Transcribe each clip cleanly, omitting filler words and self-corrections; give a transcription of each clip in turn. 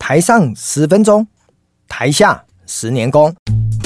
台上10分钟，台下10年功。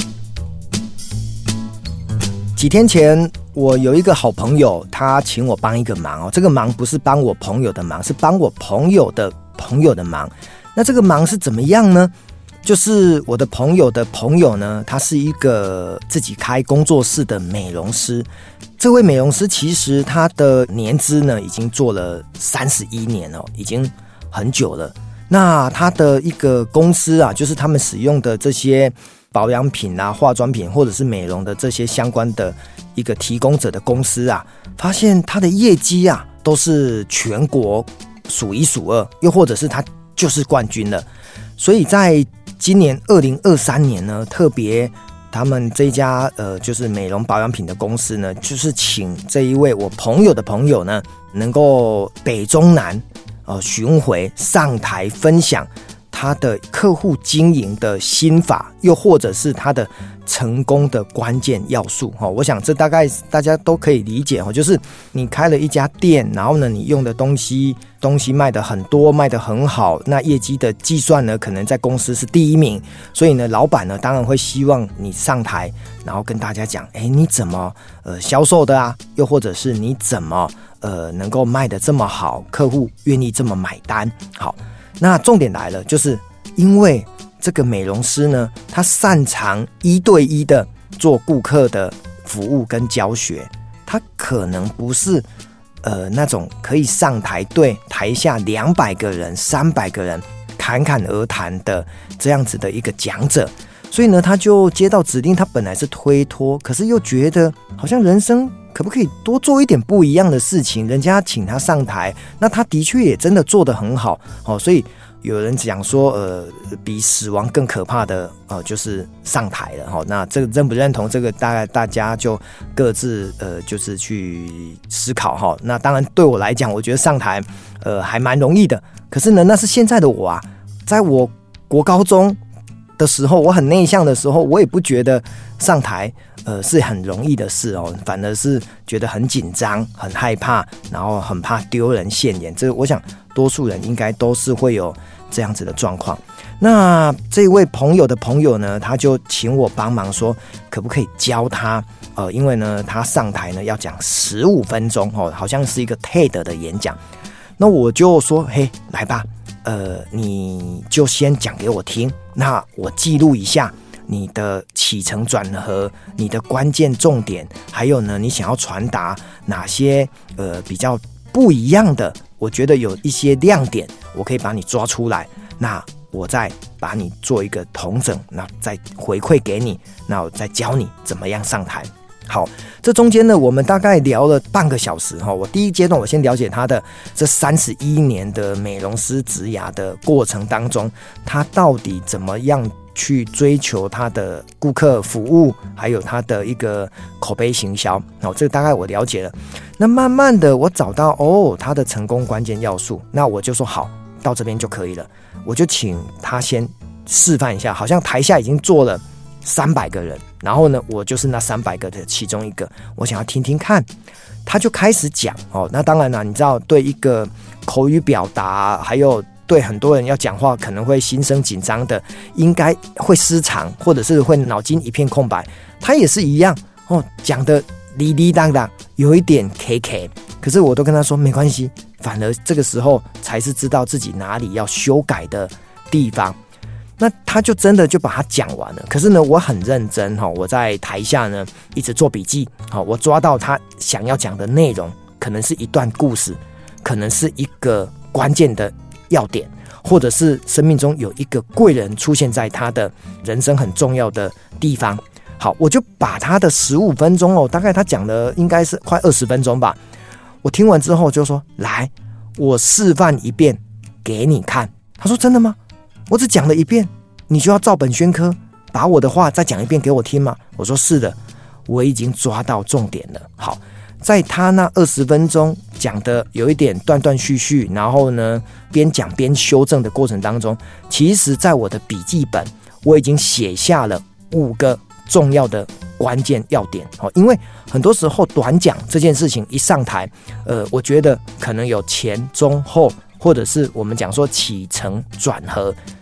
几天前，我有一个好朋友，他请我帮一个忙哦。这个忙不是帮我朋友的忙，是帮我朋友的朋友的忙。那这个忙是怎么样呢？就是我的朋友的朋友呢，他是一个自己开工作室的美容师。这位美容师其实他的年资呢，已经做了31年哦，已经很久了。那他的一个公司啊，就是他们使用的这些保养品啊、化妆品或者是美容的这些相关的一个提供者的公司啊，发现他的业绩啊都是全国数一数二，又或者是他就是冠军了。所以在今年2023年呢，特别他们这一家就是美容保养品的公司呢，就是请这一位我朋友的朋友呢，能够北中南巡回上台分享他的客户经营的心法，又或者是他的成功的关键要素。我想这大概大家都可以理解，就是你开了一家店，然后呢，你用的东西卖得很多，卖得很好，那业绩的计算呢，可能在公司是第1名，所以呢，老板呢当然会希望你上台，然后跟大家讲，你怎么销售的啊？又或者是你怎么能够卖得这么好，客户愿意这么买单？好。那重点来了，就是因为这个美容师呢，他擅长1对1的做顾客的服务跟教学，他可能不是那种可以上台对台下200个人、300个人侃侃而谈的这样子的一个讲者，所以呢，他就接到指令，他本来是推脱，可是又觉得好像人生可不可以多做一点不一样的事情？人家请他上台，那他的确也真的做得很好所以有人讲说，比死亡更可怕的就是上台了那这个认不认同？这个大概大家就各自就是去思考那当然对我来讲，我觉得上台还蛮容易的。可是呢，那是现在的我啊，在我国高中的时候，我很内向的时候，我也不觉得上台是很容易的事反而是觉得很紧张、很害怕，然后很怕丢人现眼。这我想多数人应该都是会有这样子的状况。那这位朋友的朋友呢，他就请我帮忙说，可不可以教他因为呢，他上台呢要讲15分钟好像是一个 TED 的演讲。那我就说，嘿，来吧，你就先讲给我听，那我记录一下你的起承转合，你的关键重点，还有呢，你想要传达哪些比较不一样的，我觉得有一些亮点，我可以把你抓出来，那我再把你做一个统整，那再回馈给你，那我再教你怎么样上台。好，这中间呢，我们大概聊了半个小时我第一阶段我先了解他的这31年的美容师职涯的过程当中，他到底怎么样去追求他的顾客服务，还有他的一个口碑行销这个大概我了解了。那慢慢的我找到他的成功关键要素，那我就说好，到这边就可以了。我就请他先示范一下，好像台下已经做了300个人，然后呢，我就是那300个的其中一个，我想要听听看。他就开始讲那当然了，你知道对一个口语表达，还有对很多人要讲话可能会心生紧张的，应该会失常，或者是会脑筋一片空白。他也是一样讲的哩哩当当，有一点 KK， 可是我都跟他说没关系，反而这个时候才是知道自己哪里要修改的地方。那他就真的就把它讲完了。可是呢，我很认真我在台下呢一直做笔记我抓到他想要讲的内容，可能是一段故事，可能是一个关键的要点，或者是生命中有一个贵人出现在他的人生很重要的地方。好，我就把他的15分钟大概他讲的应该是快20分钟吧，我听完之后就说，来，我示范一遍给你看。他说真的吗？我只讲了一遍，你就要照本宣科，把我的话再讲一遍给我听吗？我说是的，我已经抓到重点了。好，在他那20分钟讲的有一点断断续续，然后呢边讲边修正的过程当中，其实在我的笔记本我已经写下了5个重要的关键要点因为很多时候短讲这件事情一上台我觉得可能有前中后，或者是我们讲说起承转合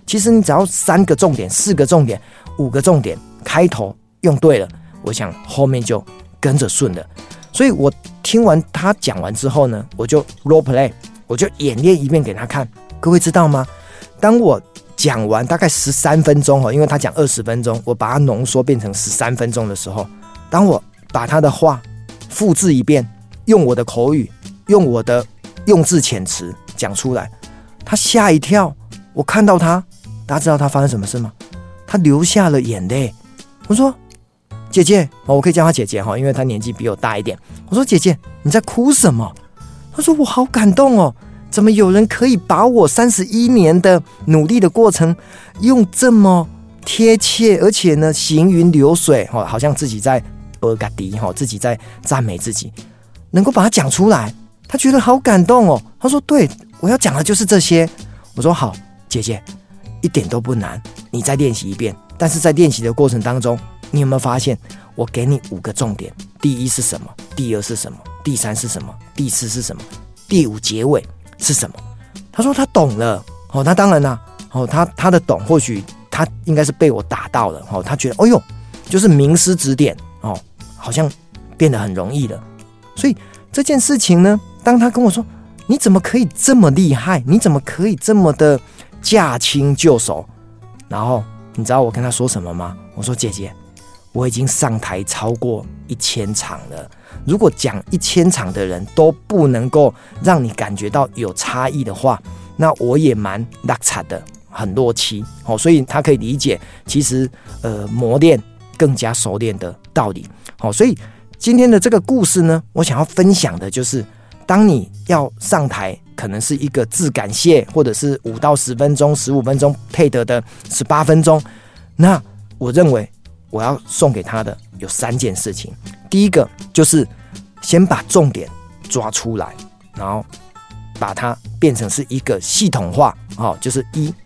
其实你只要3个重点、4个重点、5个重点，开头用对了，我想后面就跟着顺了。所以我听完他讲完之后呢，我就 role play， 我就演练一遍给他看。各位知道吗？当我讲完大概13分钟，因为他讲20分钟，我把它浓缩变成13分钟的时候，当我把他的话复制一遍，用我的口语，用我的用字遣词讲出来，他吓一跳。我看到他，大家知道他发生什么事吗？他流下了眼泪。我说姐姐，我可以叫她姐姐，因为她年纪比我大一点。我说姐姐，你在哭什么？她说我好感动哦，怎么有人可以把我31年的努力的过程用这么贴切，而且呢行云流水，好像自己在自己在赞美自己，能够把它讲出来，他觉得好感动哦。他说对，我要讲的就是这些。我说好，姐姐一点都不难，你再练习一遍。但是在练习的过程当中，你有没有发现我给你5个重点？第1是什么？第2是什么？第3是什么？第4是什么？第5结尾是什么？他说他懂了。那当然啦，他的懂或许他应该是被我打到了。他觉得哎呦，就是名师指点，好像变得很容易了。所以这件事情呢，当他跟我说你怎么可以这么厉害，你怎么可以这么的驾轻就熟，然后你知道我跟他说什么吗？我说姐姐，我已经上台超过1000场了，如果讲1000场的人都不能够让你感觉到有差异的话，那我也蛮落差的，很落漆。所以他可以理解其实磨练更加熟练的道理。所以今天的这个故事呢，我想要分享的就是当你要上台，可能是一个致感谢，或者是5到10分钟、15分钟配得的18分钟，那我认为我要送给他的有3件事情。第一个就是先把重点抓出来，然后把它变成是一个系统化，就是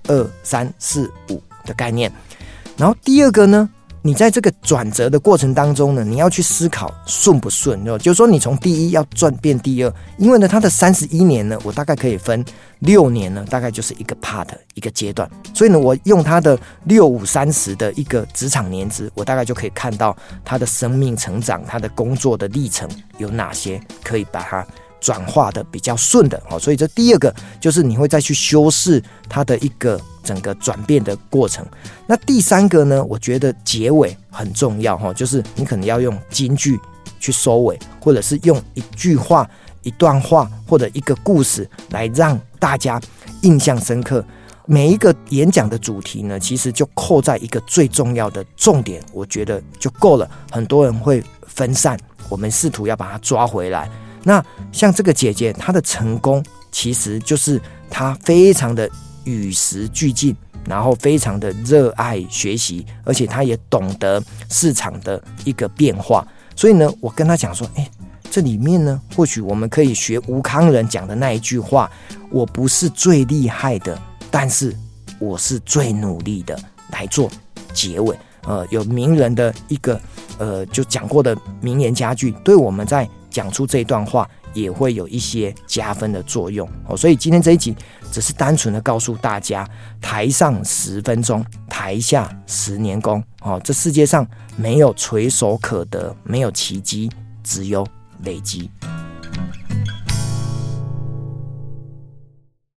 1、2、3、4、5的概念。然后第二个呢，你在这个转折的过程当中呢，你要去思考顺不顺，就是说你从第1要转变第2，因为呢，它的31年呢，我大概可以分6年呢，大概就是一个 part 一个阶段，所以呢，我用它的65、30的一个职场年资，我大概就可以看到他的生命成长，他的工作的历程有哪些可以把它转化的比较顺的。所以这第2个就是你会再去修饰它的一个整个转变的过程。那第3个呢，我觉得结尾很重要，就是你可能要用金句去收尾，或者是用一句话、一段话或者一个故事来让大家印象深刻。每一个演讲的主题呢，其实就扣在一个最重要的重点，我觉得就够了。很多人会分散，我们试图要把它抓回来。那像这个姐姐，她的成功其实就是她非常的与时俱进，然后非常的热爱学习，而且她也懂得市场的一个变化。所以呢，我跟她讲说，这里面呢，或许我们可以学吴康仁讲的那一句话，我不是最厉害的，但是我是最努力的，来做结尾。有名人的一个就讲过的名言佳句，对我们在讲出这一段话也会有一些加分的作用。所以今天这一集只是单纯的告诉大家，台上10分钟，台下10年功。这世界上没有垂手可得，没有奇迹，只有累积。